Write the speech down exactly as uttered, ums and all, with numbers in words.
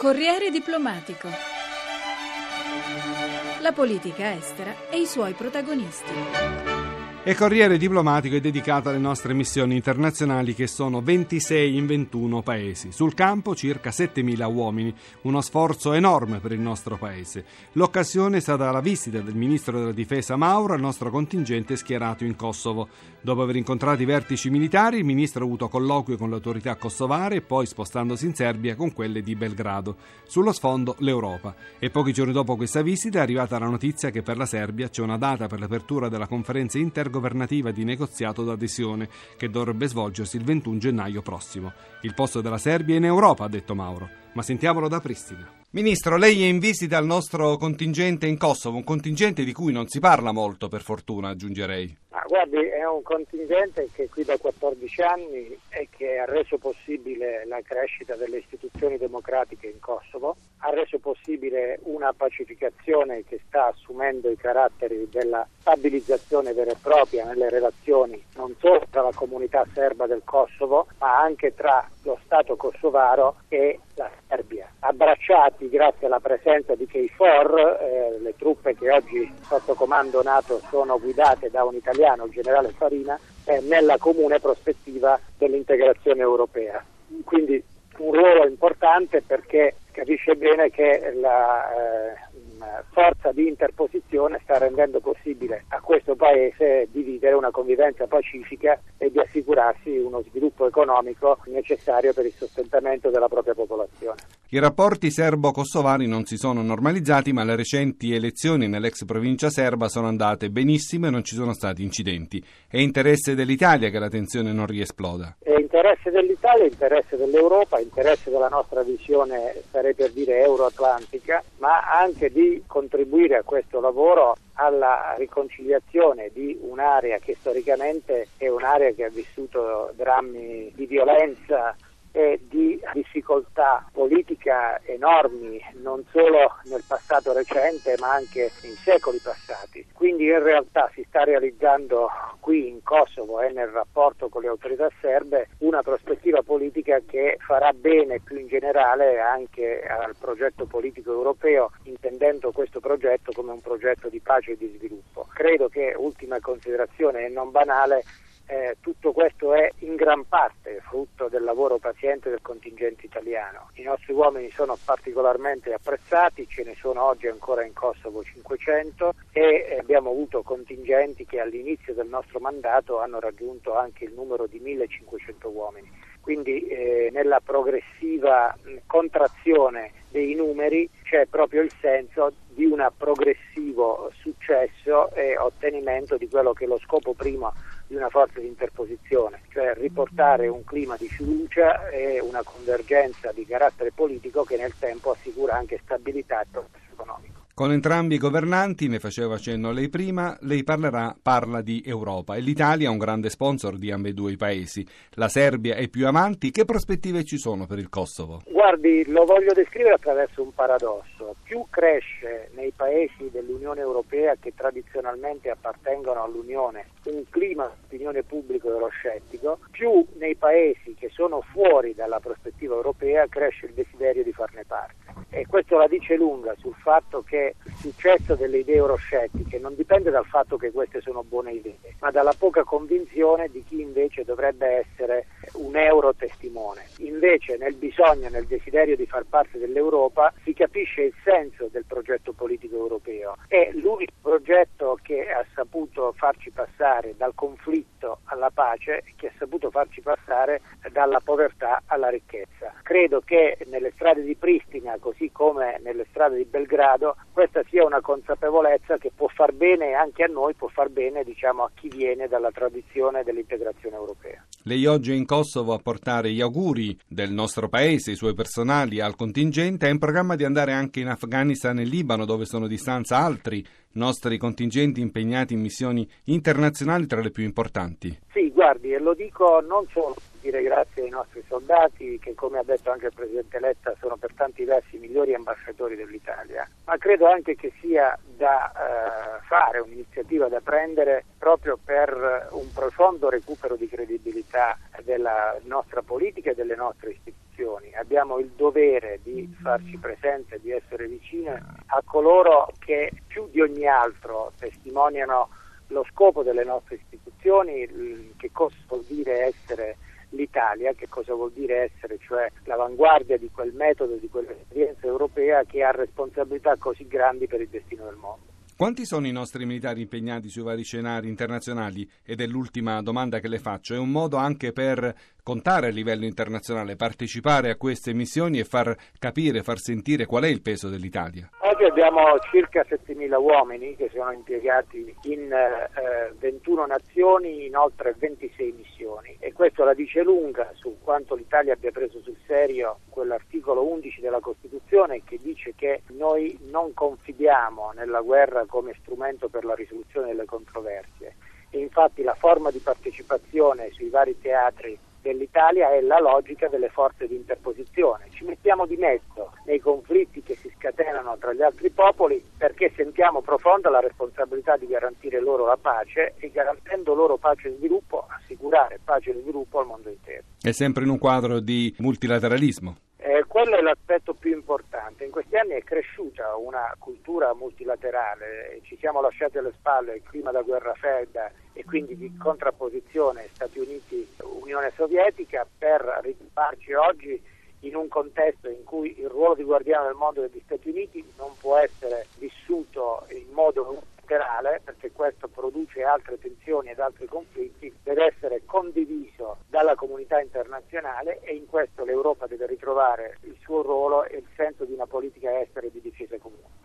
Corriere diplomatico. La politica estera e i suoi protagonisti. E Corriere diplomatico è dedicato alle nostre missioni internazionali, che sono ventisei in ventuno paesi. Sul campo circa settemila uomini, uno sforzo enorme per il nostro paese. L'occasione è stata la visita del ministro della difesa Mauro al nostro contingente schierato in Kosovo. Dopo aver incontrato i vertici militari, il ministro ha avuto colloquio con le autorità kosovare e poi, spostandosi in Serbia, con quelle di Belgrado. Sullo sfondo l'Europa. E pochi giorni dopo questa visita è arrivata la notizia che per la Serbia c'è una data per l'apertura della conferenza intergovernativa di negoziato d'adesione, che dovrebbe svolgersi il ventuno gennaio prossimo. Il posto della Serbia è in Europa, ha detto Mauro. Ma sentiamolo da Pristina. Ministro, lei è in visita al nostro contingente in Kosovo, un contingente di cui non si parla molto, per fortuna, aggiungerei. Ah, guardi, è un contingente che è qui da quattordici anni e che ha reso possibile la crescita delle istituzioni democratiche in Kosovo, ha reso possibile una pacificazione che sta assumendo i caratteri della stabilizzazione vera e propria nelle relazioni non solo tra la comunità serba del Kosovo, ma anche tra lo Stato kosovaro e la Serbia. Abbracciati grazie alla presenza di K F O R, eh, le truppe che oggi sotto comando NATO sono guidate da un italiano, il generale Farina, eh, nella comune prospettiva dell'integrazione europea. Quindi un ruolo importante, perché capisce bene che la eh, forza di interposizione sta rendendo possibile a questo paese di vivere una convivenza pacifica e di assicurarsi uno sviluppo economico necessario per il sostentamento della propria popolazione. I rapporti serbo-kosovari non si sono normalizzati, ma le recenti elezioni nell'ex provincia serba sono andate benissimo e non ci sono stati incidenti. È interesse dell'Italia che la tensione non riesploda. È interesse dell'Italia, interesse dell'Europa, interesse della nostra visione, sarei per dire euroatlantica, ma anche di contribuire a questo lavoro alla riconciliazione di un'area che storicamente è un'area che ha vissuto drammi di violenza e di difficoltà politica enormi, non solo nel passato recente ma anche in secoli passati. Quindi in realtà si sta realizzando qui in Kosovo e nel rapporto con le autorità serbe una prospettiva politica che farà bene più in generale anche al progetto politico europeo, intendendo questo progetto come un progetto di pace e di sviluppo. Credo che, ultima considerazione e non banale, Eh, tutto questo è in gran parte frutto del lavoro paziente del contingente italiano. I nostri uomini sono particolarmente apprezzati, ce ne sono oggi ancora in Kosovo cinquecento e abbiamo avuto contingenti che all'inizio del nostro mandato hanno raggiunto anche il numero di millecinquecento uomini. Quindi eh, nella progressiva mh, contrazione dei numeri c'è proprio il senso di un progressivo successo e ottenimento di quello che è lo scopo primo di una forza di interposizione, cioè riportare un clima di fiducia e una convergenza di carattere politico che nel tempo assicura anche stabilità e progresso economico. Con entrambi i governanti, ne faceva cenno lei prima, lei parlerà, parla di Europa e l'Italia è un grande sponsor di ambedue i paesi. La Serbia è più avanti, che prospettive ci sono per il Kosovo? Guardi, lo voglio descrivere attraverso un paradosso. Più cresce nei paesi dell'Unione Europea che tradizionalmente appartengono all'Unione un clima di opinione pubblico euroscettico, più nei paesi che sono fuori dalla prospettiva europea cresce il desiderio di farne parte. E questo la dice lunga sul fatto che il successo delle idee euroscettiche non dipende dal fatto che queste sono buone idee, ma dalla poca convinzione di chi invece dovrebbe essere un eurotestimone. Invece nel bisogno, nel desiderio di far parte dell'Europa si capisce il senso del progetto politico europeo. È l'unico progetto che ha saputo farci passare dal conflitto alla pace, che ha saputo farci passare dalla povertà alla ricchezza. Credo che nelle strade di Pristina, così come nelle strade di Belgrado, questa sia una consapevolezza che può far bene anche a noi, può far bene, diciamo, a chi viene dalla tradizione dell'integrazione europea. Lei oggi è in Kosovo a portare gli auguri del nostro paese, i suoi personali al contingente. Ha in programma di andare anche in Afghanistan e Libano, dove sono di stanza altri nostri contingenti impegnati in missioni internazionali tra le più importanti. Sì, guardi, e lo dico non solo per dire grazie ai nostri soldati, che come ha detto anche il Presidente Letta sono per tanti versi i migliori ambasciatori dell'Italia, ma credo anche che sia da eh, fare, un'iniziativa da prendere proprio per un profondo recupero di credibilità della nostra politica e delle nostre istituzioni. istituzioni. Abbiamo il dovere di farci presente, di essere vicini a coloro che più di ogni altro testimoniano lo scopo delle nostre istituzioni, che cosa vuol dire essere l'Italia, che cosa vuol dire essere cioè l'avanguardia di quel metodo, di quell'esperienza europea che ha responsabilità così grandi per il destino del mondo. Quanti sono i nostri militari impegnati sui vari scenari internazionali? Ed è l'ultima domanda che le faccio. È un modo anche per contare a livello internazionale, partecipare a queste missioni e far capire, far sentire qual è il peso dell'Italia? Oggi abbiamo circa settemila uomini che sono impiegati in eh, ventuno nazioni, in oltre ventisei missioni, e questo la dice lunga su quanto l'Italia abbia preso sul serio quell'articolo undici della Costituzione che dice che noi non confidiamo nella guerra come strumento per la risoluzione delle controversie, e infatti la forma di partecipazione sui vari teatri dell'Italia è la logica delle forze di interposizione. Ci mettiamo di mezzo nei conflitti che si scatenano tra gli altri popoli perché sentiamo profonda la responsabilità di garantire loro la pace e, garantendo loro pace e sviluppo, assicurare pace e sviluppo al mondo intero. È sempre in un quadro di multilateralismo. Eh, quello è l'aspetto più importante. In questi anni è cresciuta una cultura multilaterale, ci siamo lasciati alle spalle il clima da guerra fredda e quindi di contrapposizione Stati Uniti-Unione Sovietica per ritrovarci oggi in un contesto in cui il ruolo di guardiano del mondo degli Stati Uniti non può essere vissuto in modo unilaterale, perché questo produce altre tensioni ed altri conflitti, deve essere condiviso dalla comunità internazionale, e in questo l'Europa deve ritrovare il suo ruolo e il senso di una politica estera e di difesa comune.